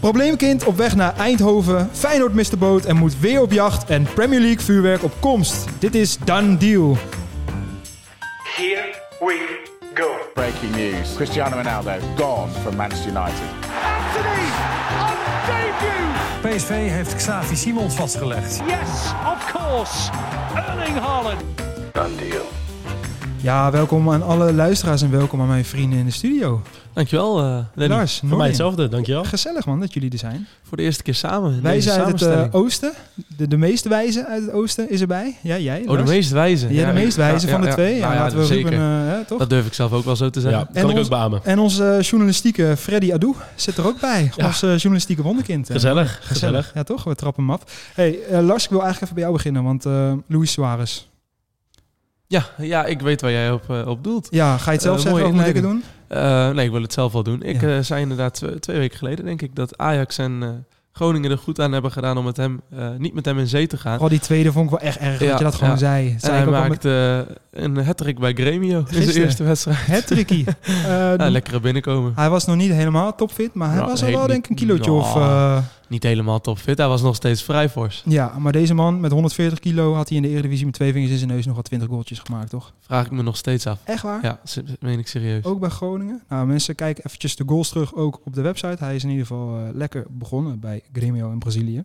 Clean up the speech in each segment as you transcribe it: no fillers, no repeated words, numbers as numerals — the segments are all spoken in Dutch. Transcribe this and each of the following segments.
Probleemkind op weg naar Eindhoven, Feyenoord mist de boot en moet weer op jacht en Premier League vuurwerk op komst. Dit is Done Deal. Here we go. Breaking news. Cristiano Ronaldo gone from Manchester United. Anthony on debut. PSV heeft Xavi Simons vastgelegd. Yes, of course. Erling Haaland. Done deal. Ja, welkom aan alle luisteraars en welkom aan mijn vrienden in de studio. Dankjewel, Lenny. Lars, Voor mij hetzelfde, dankjewel. Gezellig man dat jullie er zijn. Voor de eerste keer samen. Wij zijn uit het samenstelling. oosten. De meest wijze uit het oosten is erbij. Ja, jij. Oh, de Lars. meest wijze. Ja, de meest wijze van de twee. Ja, Nou laten we zeker. Ruben, toch? Dat durf ik zelf ook wel zo te zeggen. Ja, kan ik ook beamen. En onze journalistieke Freddy Adu zit er ook bij. Ja. Ons journalistieke wonderkind. Gezellig. Ja, toch? We trappen hem af. Hey, Lars, ik wil eigenlijk even bij jou beginnen, want Luis Suarez. Ja, ik weet waar jij op doelt. Ja, ga je het zelf zeggen mooie of moet ik het doen? inleiding. Nee, ik wil het zelf wel doen. Ik Ja. zei inderdaad 2 weken geleden, denk ik, dat Ajax en Groningen er goed aan hebben gedaan om met hem, niet met hem in zee te gaan. Oh, die tweede vond ik wel echt erg dat Ja, je dat gewoon ja. zei. En Zei hij ik ook al met maakte een hat-trick bij Gremio in Gisteren. zijn eerste wedstrijd. hat-trickie. Lekkere binnenkomen. Hij was nog niet helemaal topfit, maar hij Nou, was al wel denk ik een kilootje nou, of... Niet helemaal topfit. Hij was nog steeds vrij fors. Ja, maar deze man met 140 kilo had hij in de Eredivisie met 2 vingers in zijn neus nog wel 20 goaltjes gemaakt, toch? Vraag ik me nog steeds af. Echt waar? Ja, meen ik serieus. Ook bij Groningen. Nou, mensen, kijken eventjes de goals terug ook op de website. Hij is in ieder geval lekker begonnen bij Grêmio in Brazilië.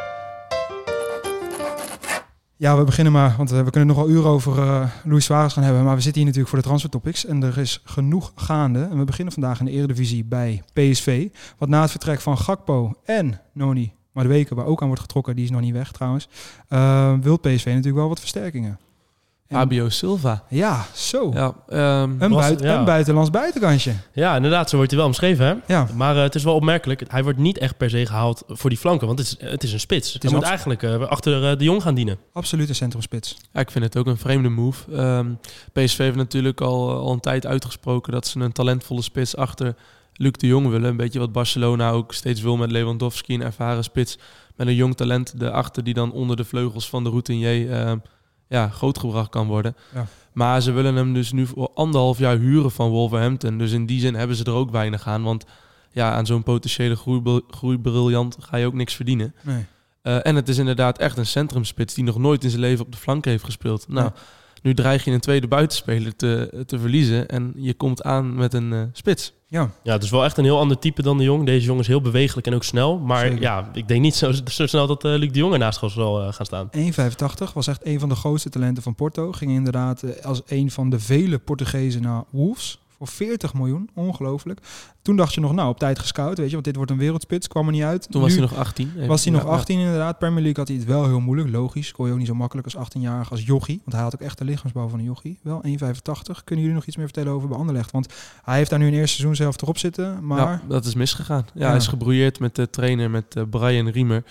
Ja, we beginnen maar, want we kunnen nog wel uren over Luis Suarez gaan hebben. Maar we zitten hier natuurlijk voor de transfer topics en er is genoeg gaande. En we beginnen vandaag in de Eredivisie bij PSV. Want na het vertrek van Gakpo en Noni Madueke, waar ook aan wordt getrokken, die is nog niet weg trouwens, wil PSV natuurlijk wel wat versterkingen. En- Fabio Silva. Ja, zo. Ja, Een buitenlands buitenkantje. Ja, inderdaad, zo wordt hij wel omschreven. Hè? Ja. Maar het is wel opmerkelijk. Hij wordt niet echt per se gehaald voor die flanken, want het is een spits. Hij moet eigenlijk achter de Jong gaan dienen. Absoluut een centrumspits. Ja, ik vind het ook een vreemde move. PSV heeft natuurlijk al een tijd uitgesproken dat ze een talentvolle spits achter Luc de Jong willen. Een beetje wat Barcelona ook steeds wil met Lewandowski, een ervaren spits met een jong talent erachter die dan onder de vleugels van de routinier grootgebracht kan worden. Ja. Maar ze willen hem dus nu voor 1,5 jaar huren van Wolverhampton. Dus in die zin hebben ze er ook weinig aan. Want ja, aan zo'n potentiële groeibriljant ga je ook niks verdienen. Nee. En het is inderdaad echt een centrumspits die nog nooit in zijn leven op de flank heeft gespeeld. Nou, nu dreig je een tweede buitenspeler te verliezen en je komt aan met een spits. Ja, het is wel echt een heel ander type dan de Jong. Deze jongen is heel bewegelijk en ook snel. Maar zeker. Ja, ik denk niet zo snel dat Luc de Jong ernaast zal gaan staan. 1,85 was echt een van de grootste talenten van Porto. Ging inderdaad als een van de vele Portugezen naar Wolves. Voor 40 miljoen, ongelooflijk. Toen dacht je nog, nou, op tijd gescout, weet je, want dit wordt een wereldspits, kwam er niet uit. Toen was hij nog 18. Was hij nog 18 inderdaad. Premier League had hij het wel heel moeilijk, logisch. Kon je ook niet zo makkelijk als 18-jarige als jochie. Want hij had ook echt de lichaamsbouw van een jochie. Wel 1,85. Kunnen jullie nog iets meer vertellen over bij Anderlecht? Want hij heeft daar nu in eerste seizoen zelf erop zitten, maar... Ja, dat is misgegaan. Ja, hij is gebrouilleerd met de trainer, met Brian Riemer.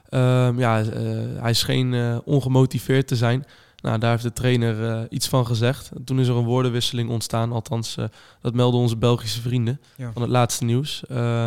Hij scheen ongemotiveerd te zijn. Nou, daar heeft de trainer iets van gezegd. Toen is er een woordenwisseling ontstaan. Althans, dat melden onze Belgische vrienden van het laatste nieuws.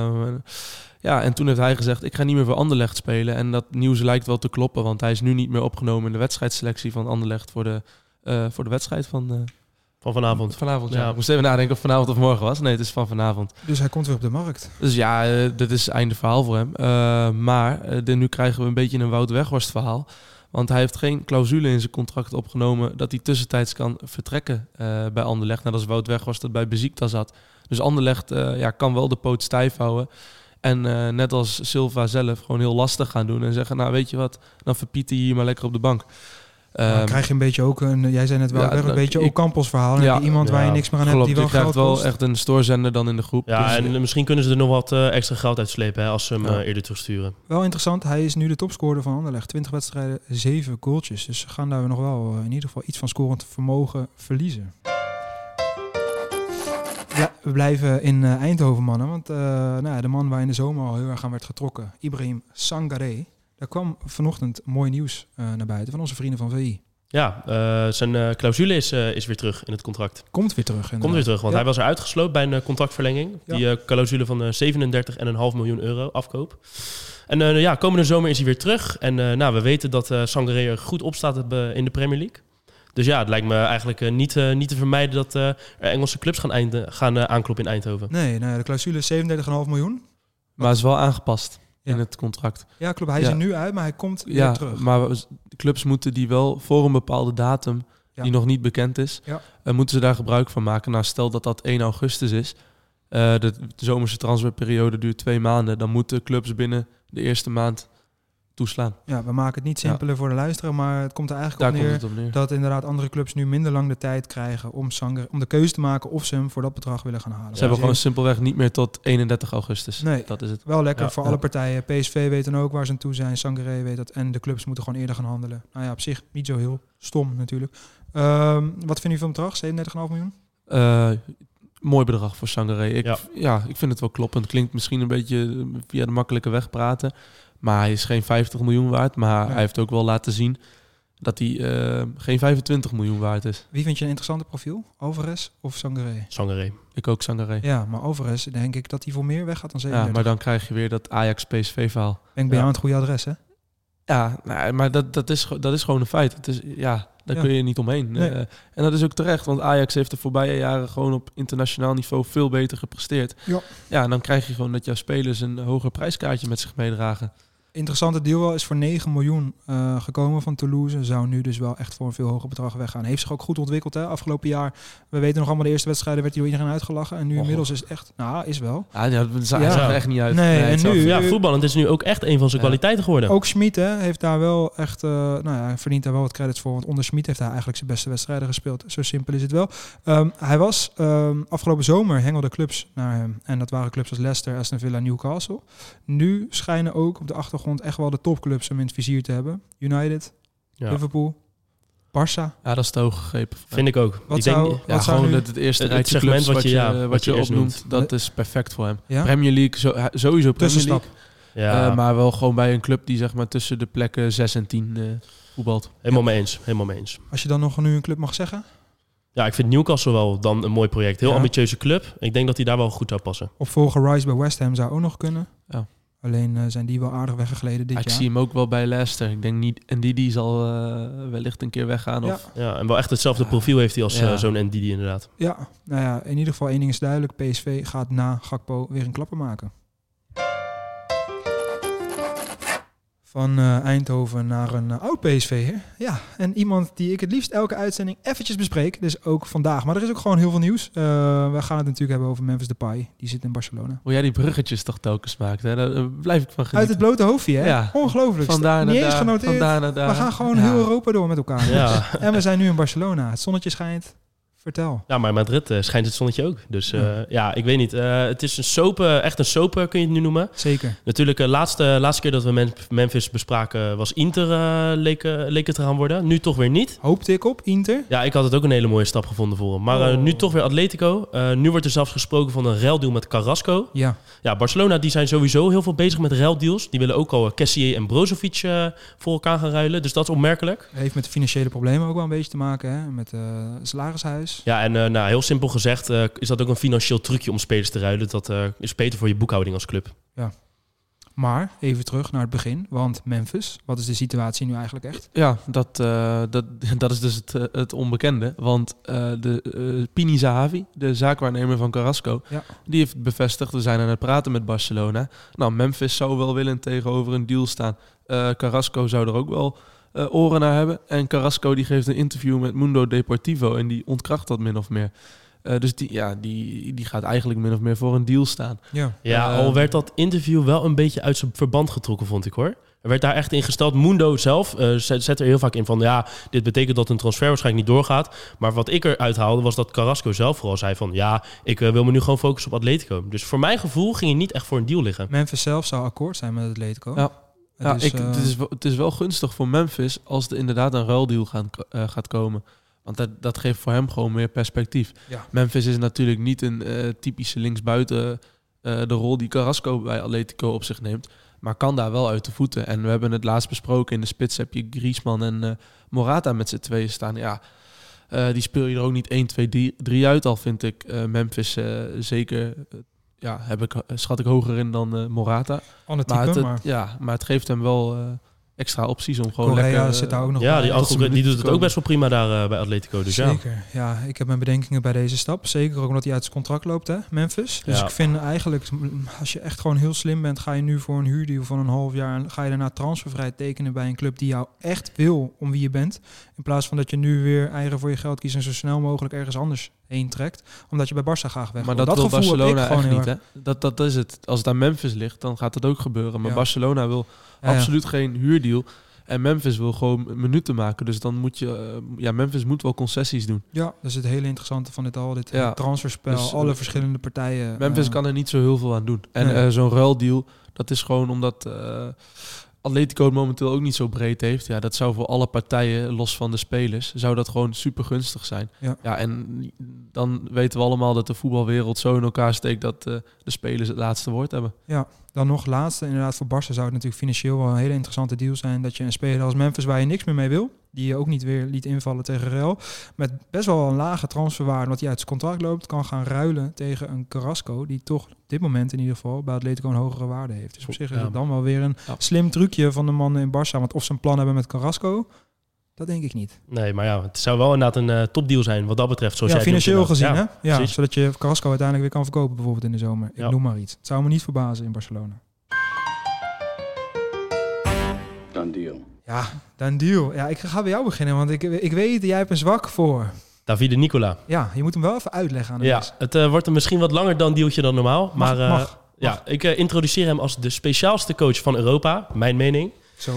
En toen heeft hij gezegd, ik ga niet meer voor Anderlecht spelen. En dat nieuws lijkt wel te kloppen, want hij is nu niet meer opgenomen in de wedstrijdselectie van Anderlecht voor de wedstrijd van vanavond. Vanavond, ja. Ik moest even nadenken of vanavond of morgen was. Nee, het is van vanavond. Dus hij komt weer op de markt. Dus ja, dit is het einde verhaal voor hem. Maar nu krijgen we een beetje een Wout Weghorst verhaal. Want hij heeft geen clausule in zijn contract opgenomen dat hij tussentijds kan vertrekken bij Anderlecht. Net als Wout Weghorst dat bij Besiktas had. Dus Anderlecht kan wel de poot stijf houden. En net als Silva zelf gewoon heel lastig gaan doen. En zeggen, nou weet je wat, dan verpiet hij hier maar lekker op de bank. Dan krijg je een beetje ook jij zei net wel, een beetje ook Campos verhaal. Ja, iemand waar je niks meer aan hebt, die wel geld kost. Je krijgt wel echt een stoorzender dan in de groep. Ja, dus en misschien kunnen ze er nog wat extra geld uitslepen als ze hem eerder terugsturen. Wel interessant, hij is nu de topscorer van Anderlecht. 20 wedstrijden, 7 goaltjes. Dus ze gaan daar nog wel in ieder geval iets van scorend vermogen verliezen. Ja, we blijven in Eindhoven, mannen. Want de man waar in de zomer al heel erg aan werd getrokken, Ibrahim Sangaré. Daar kwam vanochtend mooi nieuws naar buiten van onze vrienden van VI. Ja, zijn clausule is weer terug in het contract. Komt weer terug. Komt weer terug, want hij was er uitgesloten bij een contractverlenging. Ja. Die clausule van 37,5 miljoen euro afkoop. En komende zomer is hij weer terug. En we weten dat Sangaré er goed op staat in de Premier League. Dus ja, het lijkt me eigenlijk niet te vermijden dat er Engelse clubs gaan aankloppen in Eindhoven. Nee, de clausule is 37,5 miljoen. Maar hij is wel aangepast Ja. in het contract. Ja, klopt. Hij is Ja. er nu uit, maar hij komt weer terug. Maar de clubs moeten die wel voor een bepaalde datum, Ja. die nog niet bekend is, Ja. moeten ze daar gebruik van maken. Nou, stel dat 1 augustus is. De zomerse transferperiode duurt 2 maanden. Dan moeten clubs binnen de eerste maand toeslaan. Ja, we maken het niet simpeler voor de luisteraar, maar het komt er eigenlijk Daar op komt neer het op neer. dat inderdaad andere clubs nu minder lang de tijd krijgen om de keuze te maken of ze hem voor dat bedrag willen gaan halen. Ze hebben gewoon simpelweg niet meer tot 31 augustus. Nee. Dat is het. Wel lekker Ja. voor alle partijen. PSV weet dan ook waar ze aan toe zijn. Sangaré weet dat. En de clubs moeten gewoon eerder gaan handelen. Nou ja, op zich niet zo heel stom natuurlijk. Wat vind je van het bedrag? 37,5 miljoen? Mooi bedrag voor Sangaré. Ja. Ik vind het wel kloppend. Klinkt misschien een beetje via de makkelijke weg praten. Maar hij is geen 50 miljoen waard. Maar Ja. hij heeft ook wel laten zien dat hij geen 25 miljoen waard is. Wie vind je een interessante profiel? Alvarez of Sangaré? Sangaré. Ik ook Sangaré. Ja, maar Alvarez denk ik dat hij voor meer weggaat dan Ja, 37. maar dan krijg je weer dat Ajax-PSV-verhaal. Ben ik bij jou aan het goede adres, hè? Ja, nou, maar dat is gewoon een feit. Het is, daar Ja. kun je niet omheen. Nee. En dat is ook terecht, want Ajax heeft de voorbije jaren gewoon op internationaal niveau veel beter gepresteerd. Ja, en dan krijg je gewoon dat jouw spelers een hoger prijskaartje met zich meedragen. Interessante deal wel is voor 9 miljoen gekomen van Toulouse. Zou nu dus wel echt voor een veel hoger bedrag weggaan. Heeft zich ook goed ontwikkeld, hè? Afgelopen jaar. We weten nog allemaal de eerste wedstrijden werd hij door iedereen uitgelachen. En nu inmiddels is het echt... Nou, is wel. Ja, dat zag Ja. er echt niet uit. Nee, en het zag- nu- Ja, voetballend is nu ook echt een van zijn kwaliteiten geworden. Ook Schmid heeft daar wel echt... hij verdient daar wel wat credits voor. Want onder Schmid heeft hij eigenlijk zijn beste wedstrijden gespeeld. Zo simpel is het wel. Hij was afgelopen zomer hengelde clubs naar hem. En dat waren clubs als Leicester, Aston Villa, Newcastle. Nu schijnen ook op de achtergrond echt wel de topclubs hem in het vizier te hebben. United, Ja. Liverpool, Barça. Ja, dat is te hoog gegrepen. Vind ik ook. Wat ik zou- denk, Ja, Wat zou gewoon nu- het eerste het rijtje segment clubs wat je eerst opnoemt, noemt. dat is perfect voor hem. Ja? Premier League, sowieso Premier Tussenstap. League. Maar wel gewoon bij een club die zeg maar tussen de plekken 6 en 10 voetbalt. Helemaal mee eens. Helemaal mee eens. Als je dan nog nu een club mag zeggen. Ja, ik vind Newcastle wel dan een mooi project. Heel Ja. ambitieuze club. Ik denk dat hij daar wel goed zou passen. Opvolger Rice bij West Ham zou ook nog kunnen. Ja. Alleen zijn die wel aardig weggegleden dit Ik jaar. zie hem ook wel bij Leicester. Ik denk niet, en die zal wellicht een keer weggaan. Ja. Of, Ja, en wel echt hetzelfde profiel heeft hij als Ja. zo'n Ndidi inderdaad. Ja, nou ja, in ieder geval één ding is duidelijk. PSV gaat na Gakpo weer een klapper maken. Van Eindhoven naar een oud PSV. Ja, en iemand die ik het liefst elke uitzending eventjes bespreek. Dus ook vandaag. Maar er is ook gewoon heel veel nieuws. We gaan het natuurlijk hebben over Memphis Depay. Die zit in Barcelona. hoe jij die bruggetjes toch telkens maakt. Hè? Daar blijf ik van genieten. Uit het blote hoofdje, hè? Ja. Ongelooflijk. Vandaar Niet naar eens daar, genoteerd. vandaar naar daar. We gaan gewoon Ja. heel Europa door met elkaar. Ja. En we zijn nu in Barcelona. Het zonnetje schijnt. Vertel. Ja, maar Madrid schijnt het zonnetje ook. Dus ja, ik weet niet. Het is een soap, echt een soap kun je het nu noemen. Zeker. Natuurlijk, laatste keer dat we Memphis bespraken was Inter leek het te gaan worden. Nu toch weer niet. Hoopte ik op Inter. Ja, ik had het ook een hele mooie stap gevonden voor hem. Maar nu toch weer Atletico. Nu wordt er zelfs gesproken van een ruildeal met Carrasco. Ja. Ja, Barcelona die zijn sowieso heel veel bezig met ruildeals. Die willen ook al Kessié en Brozovic voor elkaar gaan ruilen. Dus dat is opmerkelijk. Heeft met de financiële problemen ook wel een beetje te maken. Hè? Met salarishuis. Ja, en heel simpel gezegd is dat ook een financieel trucje om spelers te ruilen. Dat is beter voor je boekhouding als club. Maar even terug naar het begin. Want Memphis, wat is de situatie nu eigenlijk echt? Ja, dat is dus het onbekende. Want Pini Zahavi, de zaakwaarnemer van Carrasco, Ja. die heeft bevestigd, we zijn aan het praten met Barcelona. Nou, Memphis zou wel willen tegenover een deal staan. Carrasco zou er ook wel oren naar hebben. En Carrasco die geeft een interview met Mundo Deportivo en die ontkracht dat min of meer. Dus die gaat eigenlijk min of meer voor een deal staan. Ja. Ja, al werd dat interview wel een beetje uit zijn verband getrokken, vond ik hoor. Er werd daar echt in gesteld. Mundo zelf zet er heel vaak in van... ja, dit betekent dat een transfer waarschijnlijk niet doorgaat. Maar wat ik eruit haalde was dat Carrasco zelf vooral zei van... ja, ik wil me nu gewoon focussen op Atletico. Dus voor mijn gevoel ging hij niet echt voor een deal liggen. Memphis zelf zou akkoord zijn met Atletico. Ja. Ja, Dus, het is wel gunstig voor Memphis als er inderdaad een ruildeal gaat komen. Want dat geeft voor hem gewoon meer perspectief. Ja. Memphis is natuurlijk niet een typische linksbuiten de rol die Carrasco bij Atletico op zich neemt. Maar kan daar wel uit de voeten. En we hebben het laatst besproken. In de spits heb je Griezmann en Morata met z'n tweeën staan. Ja, die speel je er ook niet 1, 2, 3 uit. Al vind ik Memphis zeker... schat ik hoger in dan Morata. Ander Maar type, maar het geeft hem wel extra opties om gewoon Correa lekker... zit daar ook nog Ja, bij. die tot zijn Alcocer, die minuut doet het te ook best wel prima daar bij Atletico. Dus Zeker. Ja, ik heb mijn bedenkingen bij deze stap. Zeker ook omdat hij uit zijn contract loopt, hè, Memphis. Dus Ja. ik vind eigenlijk, als je echt gewoon heel slim bent, ga je nu voor een huurdeal van een half jaar en ga je daarna transfervrij tekenen bij een club die jou echt wil om wie je bent. In plaats van dat je nu weer eigen voor je geld kiest en zo snel mogelijk ergens anders heen trekt. Omdat je bij Barça graag weg Maar wil. dat wil gevoel heb ik Barcelona gewoon echt heel niet, hè? Dat is het. Als het aan Memphis ligt, dan gaat dat ook gebeuren. Maar Ja. Barcelona wil Ja, absoluut geen huurdeal. En Memphis wil gewoon minuten maken. Dus dan moet je... Memphis moet wel concessies doen. Ja, dat is het hele interessante van dit Ja. transferspel. Dus, alle verschillende partijen. Memphis kan er niet zo heel veel aan doen. En Nee. zo'n ruildeal, dat is gewoon omdat Atletico het momenteel ook niet zo breed heeft. Ja, dat zou voor alle partijen, los van de spelers, zou dat gewoon super gunstig zijn. Ja. En dan weten we allemaal dat de voetbalwereld zo in elkaar steekt dat de spelers het laatste woord hebben. Ja, dan nog laatste. Inderdaad, voor Barca zou het natuurlijk financieel wel een hele interessante deal zijn. Dat je een speler als Memphis, waar je niks meer mee wil, die je ook niet weer liet invallen tegen Real, met best wel een lage transferwaarde, omdat hij uit zijn contract loopt, kan gaan ruilen tegen een Carrasco, die toch op dit moment in ieder geval bij Atletico een hogere waarde heeft. Dus op zich is het dan wel weer een slim trucje van de mannen in Barca. Want of ze een plan hebben met Carrasco, dat denk ik niet. Nee, maar ja, het zou wel inderdaad een topdeal zijn wat dat betreft. Zoals jij financieel het gezien, inderdaad. hè? Ja, precies. zodat je Carrasco uiteindelijk weer kan verkopen, bijvoorbeeld in de zomer. Ik noem maar iets. Het zou me niet verbazen in Barcelona. Done deal. Ja, dan deal. Ja, ik ga bij jou beginnen, want ik weet, jij hebt een zwak voor. Davide Nicola. Ja, je moet hem wel even uitleggen aan de Ja, mensen. het wordt een misschien wat langer dan dealtje dan normaal. Mag. Ja, ik introduceer hem als de speciaalste coach van Europa, mijn mening. Zo.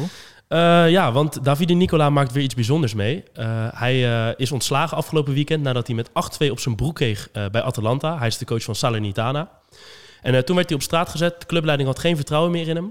Want Davide Nicola maakt weer iets bijzonders mee. Hij is ontslagen afgelopen weekend nadat hij met 8-2 op zijn broek kreeg bij Atalanta. Hij is de coach van Salernitana. En toen werd hij op straat gezet. De clubleiding had geen vertrouwen meer in hem.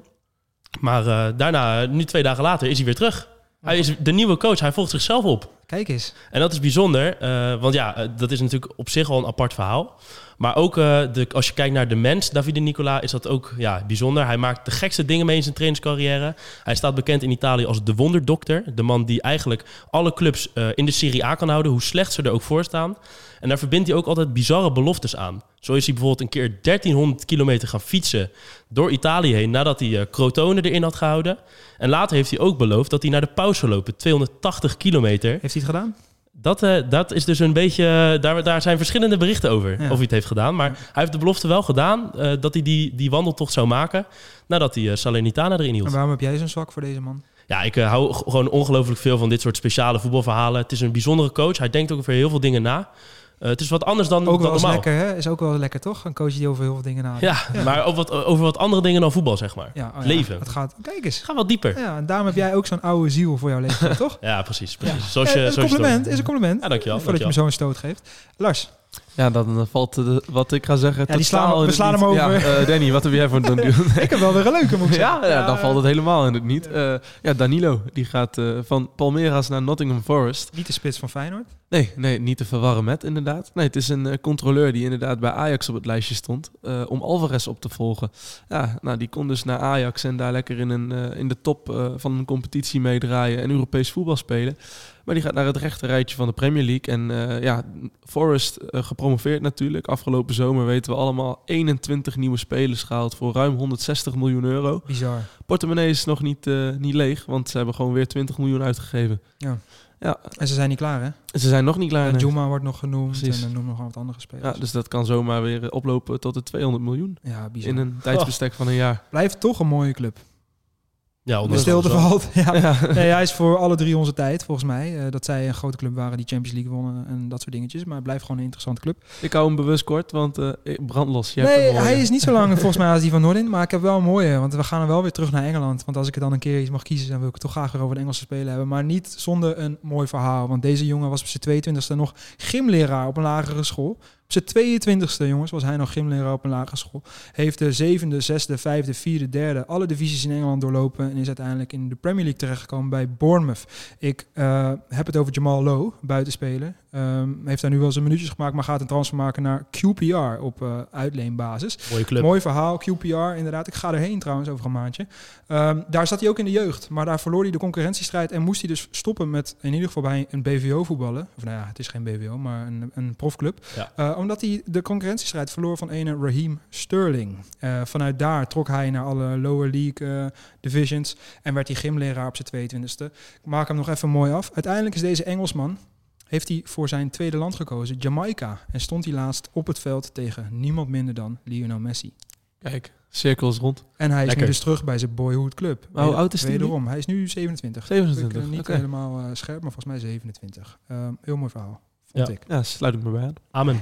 Maar daarna, nu 2 dagen later, is hij weer terug. Hij is de nieuwe coach. Hij volgt zichzelf op. Kijk eens. En dat is bijzonder, want dat is natuurlijk op zich al een apart verhaal. Maar ook als je kijkt naar de mens, Davide Nicola, is dat ook bijzonder. Hij maakt de gekste dingen mee in zijn trainingscarrière. Hij staat bekend in Italië als de wonderdokter. De man die eigenlijk alle clubs in de Serie A kan houden, hoe slecht ze er ook voor staan. En daar verbindt hij ook altijd bizarre beloftes aan. Zo is hij bijvoorbeeld een keer 1300 kilometer gaan fietsen door Italië heen nadat hij Crotone erin had gehouden. En later heeft hij ook beloofd dat hij naar de Paus zou lopen, 280 kilometer. Heeft hij het gedaan? Dat is dus een beetje... Daar zijn verschillende berichten over, Ja. of hij het heeft gedaan. Maar hij heeft de belofte wel gedaan dat hij die wandeltocht zou maken nadat hij Salernitana erin hield. En waarom heb jij zo'n zwak voor deze man? Ja, ik hou gewoon ongelooflijk veel van dit soort speciale voetbalverhalen. Het is een bijzondere coach. Hij denkt ook over heel veel dingen na. Het is wat anders dan Ook wel eens normaal. lekker, hè? Is ook wel lekker, toch? Een coach die over heel veel dingen nadenkt. Ja, maar over wat andere dingen dan voetbal, zeg maar. Ja, Leven. Het gaat, kijk eens. Ga wat dieper. Ja, en daarom heb jij ook zo'n oude ziel voor jouw leven, toch? Ja, precies. Ja. Zoals je, Een zoals je compliment, het is een compliment. Ja, dankjewel. Voordat je me zo een stoot geeft. Lars. Ja, dan valt wat ik ga zeggen... Ja, we slaan hem over. Ja, Danny, wat heb jij voor dan doen? Ik heb wel weer een leuke, moet ik zeggen. Ja, dan valt het helemaal in het niet. Danilo, die gaat van Palmeiras naar Nottingham Forest. Niet de spits van Feyenoord. Nee, niet te verwarren met inderdaad. Nee, het is een controleur die inderdaad bij Ajax op het lijstje stond om Alvarez op te volgen. Ja, nou, die kon dus naar Ajax en daar lekker in de top van een competitie meedraaien en Europees voetbal spelen. Maar die gaat naar het rechterrijtje van de Premier League. En Forest gepromoveerd natuurlijk. Afgelopen zomer weten we allemaal 21 nieuwe spelers gehaald voor ruim 160 miljoen euro. Bizar. Portemonnee is nog niet leeg, want ze hebben gewoon weer 20 miljoen uitgegeven. Ja. Ja. En ze zijn niet klaar, hè? Ze zijn nog niet klaar. En Juma wordt nog genoemd. Precies. En dan noem nog wat andere spelers. Ja, dus dat kan zomaar weer oplopen tot de 200 miljoen. Ja, bizar. In een tijdsbestek van een jaar. Blijft toch een mooie club. Ja, De stilte valt. Ja. Nee, hij is voor alle drie onze tijd, volgens mij. Dat zij een grote club waren die Champions League wonnen en dat soort dingetjes. Maar het blijft gewoon een interessante club. Ik hou hem bewust kort, want brandlos. Nee, hij is niet zo lang volgens mij als die van Noordin. Maar ik heb wel een mooie, want we gaan er wel weer terug naar Engeland. Want als ik er dan een keer iets mag kiezen, dan wil ik het toch graag weer over de Engelse spelen hebben. Maar niet zonder een mooi verhaal. Want deze jongen was op zijn 22e nog gymleraar op een lagere school. Op zijn 22e, jongens, was hij nog gymleraar op een lagere school. Heeft de 7e, 6e, 5e, 4e, 3e, alle divisies in Engeland doorlopen. En is uiteindelijk in de Premier League terechtgekomen bij Bournemouth. Ik heb het over Jamal Lowe, buitenspeler. Heeft daar nu wel zijn minuutjes gemaakt, maar gaat een transfer maken naar QPR op uitleenbasis. Mooie club. Mooi verhaal, QPR, inderdaad. Ik ga erheen trouwens over een maandje. Daar zat hij ook in de jeugd, maar daar verloor hij de concurrentiestrijd en moest hij dus stoppen met in ieder geval bij een BVO voetballen. Of nou ja, het is geen BVO, maar een profclub. Ja. omdat hij de concurrentiestrijd verloor van ene Raheem Sterling. Vanuit daar trok hij naar alle lower league divisions en werd hij gymleraar op zijn 22e. Ik maak hem nog even mooi af. Uiteindelijk is deze Engelsman, heeft hij voor zijn tweede land gekozen, Jamaica. En stond hij laatst op het veld tegen niemand minder dan Lionel Messi. Kijk, cirkel is rond. En hij is Lekker. nu dus terug bij zijn boyhood club. Maar hoe oud is hij nu? Wederom, hij is nu 27. 27, Ik, niet oké. helemaal scherp, maar volgens mij 27. Heel mooi verhaal, vond ik. Ja, sluit ik me bij aan. Amen.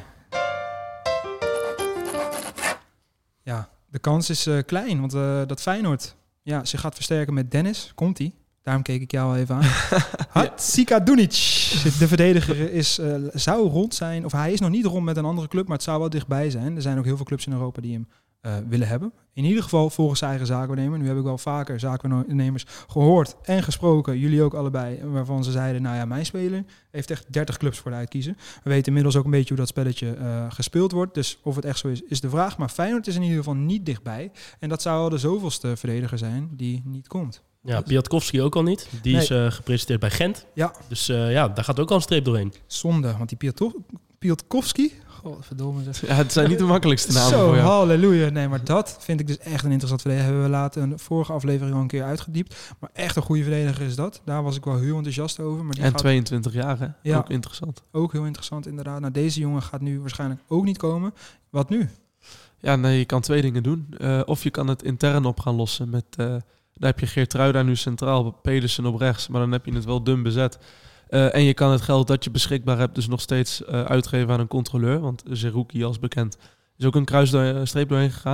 Ja, de kans is klein, want dat Feyenoord zich gaat versterken met Dennis. Komt-ie? Daarom keek ik jou al even aan. Hatzikadunic. De verdediger zou rond zijn, of hij is nog niet rond met een andere club, maar het zou wel dichtbij zijn. Er zijn ook heel veel clubs in Europa die hem willen hebben. In ieder geval volgens zijn eigen zaakwaarnemer. Nu heb ik wel vaker zaakwaarnemers gehoord en gesproken, jullie ook allebei, waarvan ze zeiden, nou ja, mijn speler heeft echt 30 clubs voor de uitkiezen. We weten inmiddels ook een beetje hoe dat spelletje gespeeld wordt. Dus of het echt zo is de vraag. Maar Feyenoord is in ieder geval niet dichtbij. En dat zou al de zoveelste verdediger zijn die niet komt. Ja, Piatkowski ook al niet. Die is gepresenteerd bij Gent. Ja. Dus daar gaat ook al een streep doorheen. Zonde, want die Piatkowski... Godverdomme. Ja, het zijn niet de makkelijkste namen Zo, voor jou. halleluja. Nee, maar dat vind ik dus echt een interessant verdediger. Hebben we later een vorige aflevering al een keer uitgediept. Maar echt een goede verdediger is dat. Daar was ik wel heel enthousiast over. Maar die En gaat 22 jaar, hè? Ja. Ook interessant. ook heel interessant inderdaad. Nou, deze jongen gaat nu waarschijnlijk ook niet komen. Wat nu? Ja, nee, je kan twee dingen doen. Of je kan het intern op gaan lossen met... daar heb je Geertruida nu centraal, Pedersen op rechts. Maar dan heb je het wel dun bezet. En je kan het geld dat je beschikbaar hebt dus nog steeds uitgeven aan een controleur. Want Zerouki, als bekend, is ook een streep doorheen gegaan.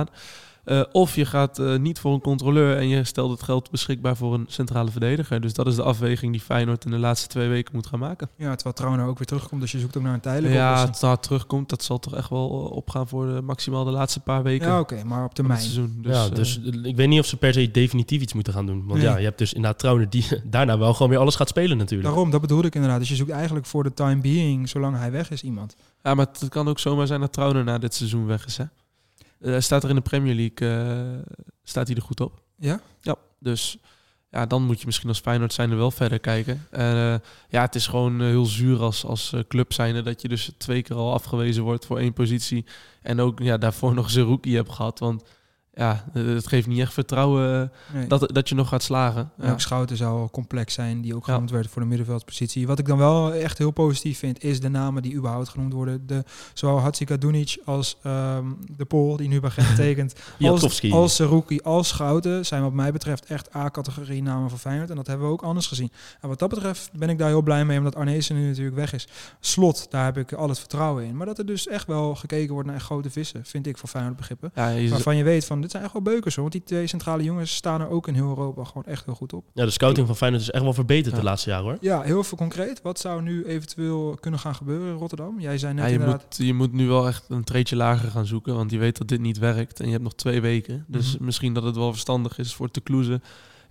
Of je gaat niet voor een controleur en je stelt het geld beschikbaar voor een centrale verdediger. Dus dat is de afweging die Feyenoord in de laatste 2 weken moet gaan maken. Ja, terwijl Trauner ook weer terugkomt. Dus je zoekt ook naar een tijdelijke Ja, oplossing. het daar terugkomt, dat zal toch echt wel opgaan voor maximaal de laatste paar weken Ja, oké, maar op van het termijn. seizoen. Dus ik weet niet of ze per se definitief iets moeten gaan doen. Want Nee. je hebt dus inderdaad Trauner die daarna wel gewoon weer alles gaat spelen natuurlijk. Daarom, dat bedoelde ik inderdaad. Dus je zoekt eigenlijk voor de time being, zolang hij weg is, iemand. Ja, maar het kan ook zomaar zijn dat Trauner na dit seizoen weg is, hè? Staat er in de Premier League, staat hij er goed op. Ja? Ja, dus ja, dan moet je misschien als Feyenoord zijnde wel verder kijken. Ja, het is gewoon heel zuur als club zijnde dat je dus 2 keer al afgewezen wordt voor 1 positie. En ook daarvoor nog Zerouki hebt gehad, want ja, het geeft niet echt vertrouwen Nee. dat je nog gaat slagen. En ook Schouten zou complex zijn, die ook genoemd werden voor de middenveldpositie. Wat ik dan wel echt heel positief vind, is de namen die überhaupt genoemd worden. Zowel Hatzikadunic als de Pool, die nu bij Gent tekent, Piatkowski. als Zerouki, als Schouten, zijn wat mij betreft echt A-categorie namen van Feyenoord. En dat hebben we ook anders gezien. En wat dat betreft ben ik daar heel blij mee, omdat Arnezen nu natuurlijk weg is. Slot, daar heb ik al het vertrouwen in. Maar dat er dus echt wel gekeken wordt naar grote vissen, vind ik voor Feyenoord begrippen. Ja, Waarvan je weet van, dit zijn echt wel beukers hoor. Want die 2 centrale jongens staan er ook in heel Europa gewoon echt heel goed op. Ja, de scouting van Feyenoord is echt wel verbeterd de laatste jaren hoor. Ja, heel veel concreet. Wat zou nu eventueel kunnen gaan gebeuren in Rotterdam? Jij zei net inderdaad... je moet nu wel echt een treedje lager gaan zoeken, want je weet dat dit niet werkt. En je hebt nog 2 weken. Dus misschien dat het wel verstandig is voor Te Kloeze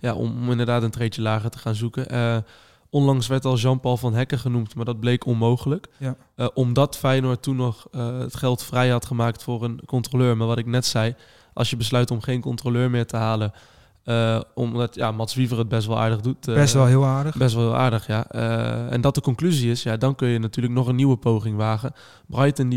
om inderdaad een treedje lager te gaan zoeken. Onlangs werd al Jean-Paul van Hekken genoemd, maar dat bleek onmogelijk. Ja. Omdat Feyenoord toen nog het geld vrij had gemaakt voor een controleur. Maar wat ik net zei, als je besluit om geen controleur meer te halen, omdat Mats Wiever het best wel aardig doet. Best wel heel aardig. Best wel heel aardig, ja. En dat de conclusie is, dan kun je natuurlijk nog een nieuwe poging wagen. Brighton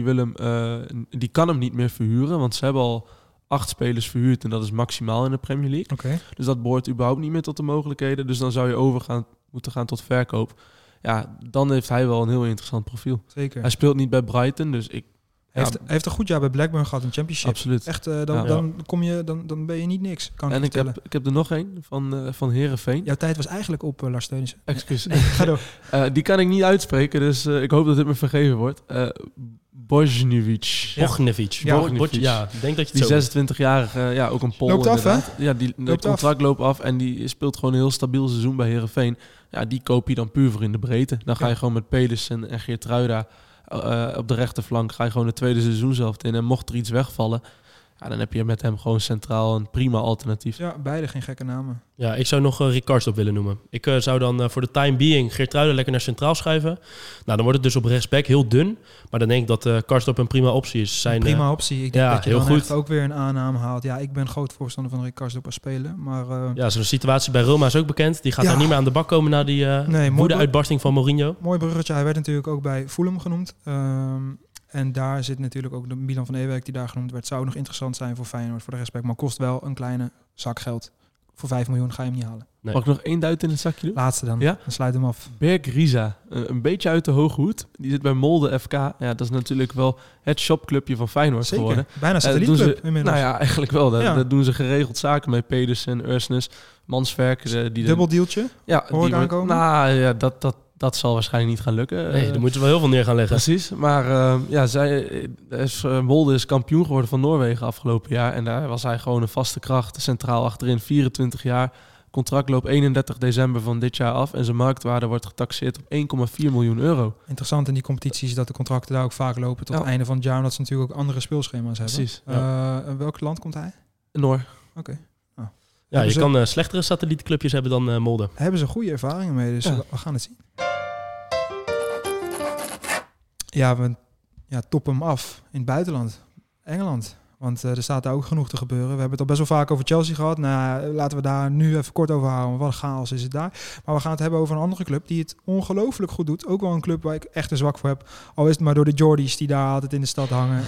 die kan hem niet meer verhuren, want ze hebben al 8 spelers verhuurd en dat is maximaal in de Premier League. Oké. Dus dat behoort überhaupt niet meer tot de mogelijkheden. Dus dan zou je moeten gaan tot verkoop. Ja, dan heeft hij wel een heel interessant profiel. Zeker. Hij speelt niet bij Brighton, dus Hij heeft een goed jaar bij Blackburn gehad in Championship. Absoluut. Echt, dan ben je niet niks, kan ik En je vertellen. ik heb er nog één van Heerenveen. Jouw tijd was eigenlijk op Lars Teunissen. Excuus. Ga door. Die kan ik niet uitspreken, dus ik hoop dat dit me vergeven wordt. Bojnovic. Bognevic. Ja. Ja, ik denk dat je het Die zo 26-jarige, ook een Pool. Loopt af, hè? Ja, de contract loopt af en die speelt gewoon een heel stabiel seizoen bij Heerenveen. Ja, die koop je dan puur voor in de breedte. Dan ga je gewoon met Pedersen en Geertruida op de rechterflank, ga je gewoon het tweede seizoen zelf in. En mocht er iets wegvallen, dan heb je met hem gewoon centraal een prima alternatief. Ja, beide geen gekke namen. Ja, ik zou nog Rick Karsdorp willen noemen. Ik zou dan voor de time being Geertruida lekker naar centraal schuiven. Nou, dan wordt het dus op rechtsback heel dun. Maar dan denk ik dat Karsdorp een prima optie is. Prima optie. Ik denk dat je heel dan goed. echt ook weer een aanname haalt. Ja, ik ben groot voorstander van Rick Karsdorp als speler. Maar ja, zo'n situatie bij Roma is ook bekend. Die gaat daar niet meer aan de bak komen na die woede-uitbarsting van Mourinho. Mooi bruggetje. Hij werd natuurlijk ook bij Fulham genoemd. En daar zit natuurlijk ook de Milan van Ewijk die daar genoemd werd. Zou nog interessant zijn voor Feyenoord, voor de respect. Maar kost wel een kleine zak geld. Voor 5 miljoen ga je hem niet halen. Nee. Mag ik nog 1 duit in het zakje doen? Laatste dan. Ja? Dan sluit hem af. Berg Riza, een beetje uit de hoge hoed. Die zit bij Molde FK. Ja, dat is natuurlijk wel het shopclubje van Feyenoord Zeker. geworden. Bijna doen satellietclub ze, inmiddels. Nou ja, eigenlijk wel. Daar, Ja. daar doen ze geregeld zaken mee. Pedersen, Ursnes, Mansverk. Die Dubbel dealtje. ja, hoor ik die wordt- aankomen. Nou ja, dat zal waarschijnlijk niet gaan lukken. Nee, daar moeten ze wel heel veel neer gaan leggen. Precies, maar Molde is kampioen geworden van Noorwegen afgelopen jaar. En daar was hij gewoon een vaste kracht. Centraal achterin, 24 jaar. Contract loopt 31 december van dit jaar af. En zijn marktwaarde wordt getaxeerd op 1,4 miljoen euro. Interessant in die competities dat de contracten daar ook vaak lopen tot het einde van het jaar. Omdat ze natuurlijk ook andere speelschema's hebben. Precies. Welk land komt hij? Noor. Oké. Ja, je Hebben kan slechtere satellietclubjes hebben dan Molde. Hebben ze goede ervaringen mee, dus Ja. we gaan het zien. Ja, we toppen hem af in het buitenland. Engeland. Want er staat daar ook genoeg te gebeuren. We hebben het al best wel vaak over Chelsea gehad. Nou, laten we daar nu even kort over houden. Wat een chaos is het daar. Maar we gaan het hebben over een andere club die het ongelooflijk goed doet. Ook wel een club waar ik echt een zwak voor heb. Al is het maar door de Geordies die daar altijd in de stad hangen.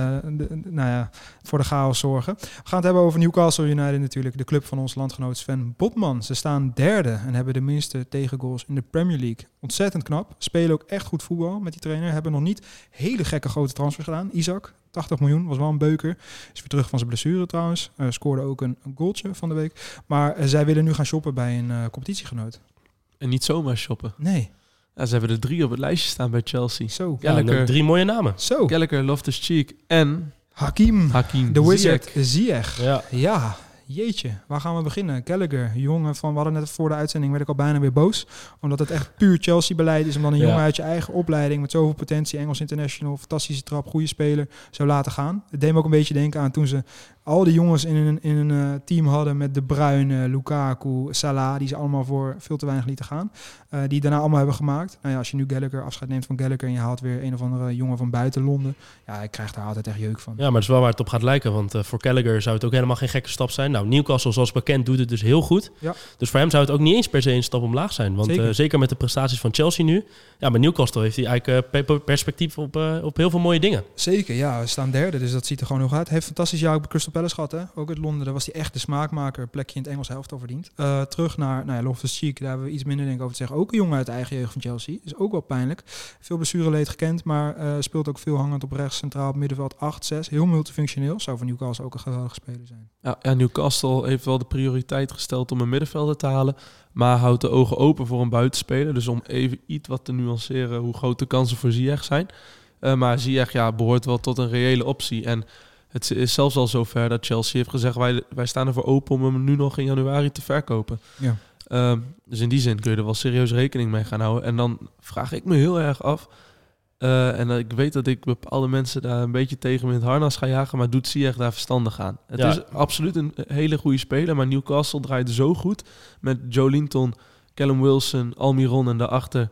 En voor de chaos zorgen. We gaan het hebben over Newcastle United natuurlijk. De club van onze landgenoot Sven Botman. Ze staan derde en hebben de minste tegengoals in de Premier League. Ontzettend knap. Spelen ook echt goed voetbal met die trainer. Hebben nog niet hele gekke grote transfer gedaan. Isaac, 80 miljoen, was wel een beuker. Is weer terug van zijn blessure trouwens. Scoorde ook een goaltje van de week. Maar zij willen nu gaan shoppen bij een competitiegenoot. En niet zomaar shoppen. Nee. Ja, ze hebben er 3 op het lijstje staan bij Chelsea. Zo. Ja, Gallagher. en 3 mooie namen. Zo. Gallagher, Loftus-Cheek en Hakim. Hakim De Wizard. Ziyech. Ziyech. Ja. Ja. Jeetje, waar gaan we beginnen? Gallagher, jongen van, we hadden net voor de uitzending, werd ik al bijna weer boos. Omdat het echt puur Chelsea-beleid is om dan een jongen uit je eigen opleiding met zoveel potentie, Engels international, fantastische trap, goede speler, zo laten gaan. Het deed me ook een beetje denken aan toen ze al die jongens in een team hadden met De Bruyne, Lukaku, Salah, die ze allemaal voor veel te weinig lieten gaan. Die daarna allemaal hebben gemaakt. Nou ja, als je nu Gallagher afscheid neemt van Gallagher en je haalt weer een of andere jongen van buiten Londen, ja, ik krijg daar altijd echt jeuk van. Ja, maar het is wel waar het op gaat lijken. Want voor Gallagher zou het ook helemaal geen gekke stap zijn. Nou, Newcastle, zoals bekend, doet het dus heel goed. Ja. Dus voor hem zou het ook niet eens per se een stap omlaag zijn. Want zeker met de prestaties van Chelsea nu. Ja, met Newcastle heeft hij eigenlijk perspectief op heel veel mooie dingen. Zeker, ja. We staan derde, dus dat ziet er gewoon heel goed uit. Hij heeft een fantastisch jaar ook bij Crystal Palace gehad, hè? Ook uit Londen. Daar was hij echt de smaakmaker. Plekje in het Engelse helft al verdiend. Terug naar Loftus-Cheek. Daar hebben we iets minder denk ik over te zeggen. Ook een jongen uit de eigen jeugd van Chelsea. Is ook wel pijnlijk. Veel blessureleed gekend, maar speelt ook veel hangend op rechts, centraal op middenveld 8-6. Heel multifunctioneel. Zou voor Newcastle ook een geweldige speler zijn. Ja, Newcastle heeft wel de prioriteit gesteld om een middenvelder te halen. Maar houdt de ogen open voor een buitenspeler. Dus om even iets wat te nuanceren hoe groot de kansen voor Ziyech zijn. Maar Ziyech behoort wel tot een reële optie. En het is zelfs al zover dat Chelsea heeft gezegd, wij staan ervoor open om hem nu nog in januari te verkopen. Ja. Dus in die zin kun je er wel serieus rekening mee gaan houden. En dan vraag ik me heel erg af, en ik weet dat ik bepaalde mensen daar een beetje tegen me in het harnas ga jagen, maar doet Ziyech daar verstandig aan? Het is absoluut een hele goede speler, maar Newcastle draait zo goed met Joelinton, Callum Wilson, Almiron en daarachter,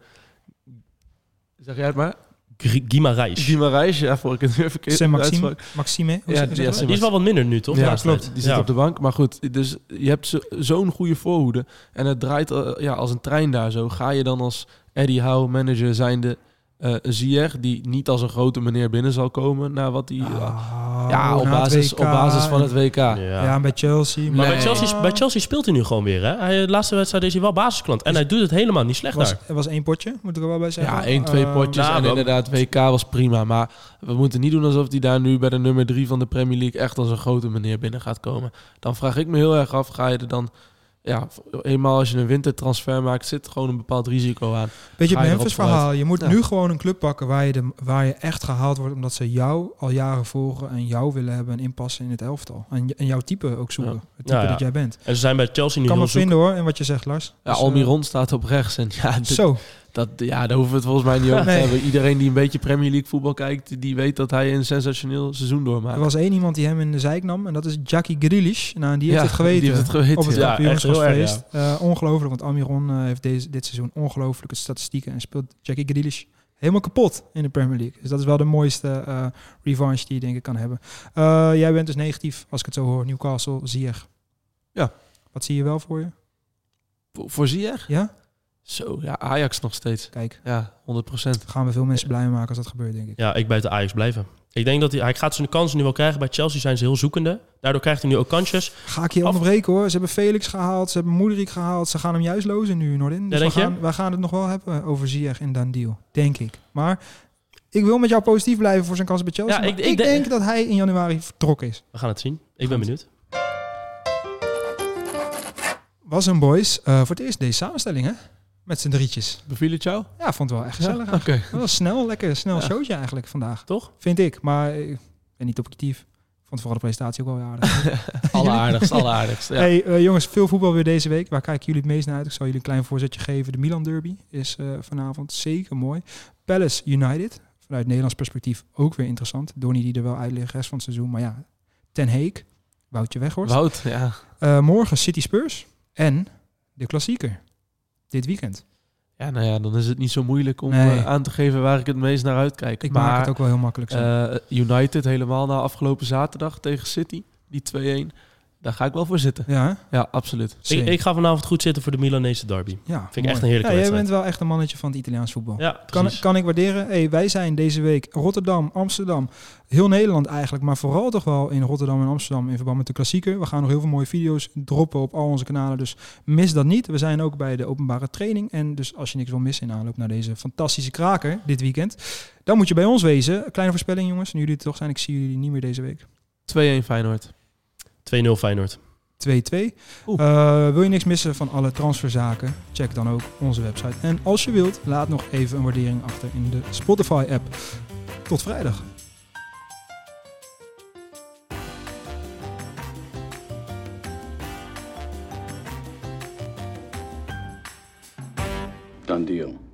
zeg jij het maar? Guimarães, ja, voor ik het weer verkeerd Maxime. Ja, die is wel wat minder nu, toch? Ja, klopt. Die zit op de bank. Maar goed, dus je hebt zo'n goede voorhoede. En het draait als een trein daar zo. Ga je dan als Eddie Howe manager zijnde Ziyech, die niet als een grote meneer binnen zal komen naar wat hij... op basis van het WK. Ja, bij Chelsea. Maar bij Chelsea speelt hij nu gewoon weer. Hè? De laatste wedstrijd is hij wel basisklant. En hij doet het helemaal niet slecht daar. Er was 1 potje, moet ik er wel bij zeggen. Ja, 1-2 potjes. En inderdaad, WK was prima. Maar we moeten niet doen alsof hij daar nu bij de nummer 3 van de Premier League echt als een grote meneer binnen gaat komen. Dan vraag ik me heel erg af, ga je er dan... Ja, eenmaal als je een wintertransfer maakt, zit gewoon een bepaald risico aan. Beetje het Memphis verhaal. Je moet nu gewoon een club pakken waar je echt gehaald wordt, omdat ze jou al jaren volgen en jou willen hebben en inpassen in het elftal. En jouw type ook zoeken. Ja. Het type dat jij bent. En ze zijn bij Chelsea nu kan heel me vinden hoor, in wat je zegt, Lars. Ja, dus, Almiron staat op rechts. En zo. Daar hoeven we het volgens mij niet over te hebben. Iedereen die een beetje Premier League voetbal kijkt, die weet dat hij een sensationeel seizoen doormaakt. Er was 1 iemand die hem in de zijk nam en dat is Jackie Grealish. Nou, die heeft het geweten. Op het kampioenschapsfeest. Ongelooflijk, want Almiron heeft dit seizoen ongelooflijke statistieken en speelt Jackie Grealish helemaal kapot in de Premier League. Dus dat is wel de mooiste revanche die je denk ik kan hebben. Jij bent dus negatief, als ik het zo hoor. Newcastle, Ziyech. Ja. Wat zie je wel voor je? Voor Ziyech? Ja? Zo, ja, Ajax nog steeds. Kijk, Ja, 100%. gaan we veel mensen blij mee maken als dat gebeurt, denk ik. Ja, ik buiten Ajax blijven. Ik denk dat hij gaat zijn kansen nu wel krijgen. Bij Chelsea zijn ze heel zoekende. Daardoor krijgt hij nu ook kansjes. Ga ik je onderbreken hoor. Ze hebben Felix gehaald, ze hebben Moederik gehaald. Ze gaan hem juist lozen nu, Nordin. Dus denk je? wij gaan het nog wel hebben over Ziyech en Dandiel, denk ik. Maar ik wil met jou positief blijven voor zijn kansen bij Chelsea. Ja, maar ik denk dat hij in januari vertrokken is. We gaan het zien. Ik ben benieuwd. Was een boys. Voor het eerst deze samenstelling, hè? Met z'n drietjes. Beviel het jou? Ja, vond het wel echt gezellig. Ja? Oké. Dat was lekker snel showtje eigenlijk vandaag. Toch? Vind ik, maar ik ben niet objectief. Vond vooral de presentatie ook wel weer aardig. Alleraardigst. Ja. Hey, jongens, veel voetbal weer deze week. Waar kijken jullie het meest naar uit? Ik zal jullie een klein voorzetje geven. De Milan Derby is vanavond zeker mooi. Palace United, vanuit Nederlands perspectief ook weer interessant. Donny die er wel uit ligt, rest van het seizoen. Maar ja, Ten Heek, Woutje Weghorst. Wout, ja. Morgen City Spurs en de klassieker. Dit weekend. Ja, nou ja, dan is het niet zo moeilijk om Nee. aan te geven waar ik het meest naar uitkijk. Ik maar maak het ook wel heel makkelijk zo. United helemaal na afgelopen zaterdag tegen City, die 2-1. Daar ga ik wel voor zitten. Ja, hè? Ja, absoluut. Ik ga vanavond goed zitten voor de Milanese derby. Ja, Vind ik mooi. echt een heerlijke Jij wedstrijd. bent wel echt een mannetje van het Italiaans voetbal. Ja, precies. Kan ik waarderen. Hey, wij zijn deze week Rotterdam, Amsterdam, heel Nederland eigenlijk, maar vooral toch wel in Rotterdam en Amsterdam in verband met de klassieker. We gaan nog heel veel mooie video's droppen op al onze kanalen, dus mis dat niet. We zijn ook bij de openbare training en dus als je niks wil missen in aanloop naar deze fantastische kraker dit weekend, dan moet je bij ons wezen. Kleine voorspelling jongens, nu jullie er toch zijn, ik zie jullie niet meer deze week. 2-1 Feyenoord. 2-0 Feyenoord. 2-2. Wil je niks missen van alle transferzaken? Check dan ook onze website. En als je wilt, laat nog even een waardering achter in de Spotify-app. Tot vrijdag. Done deal.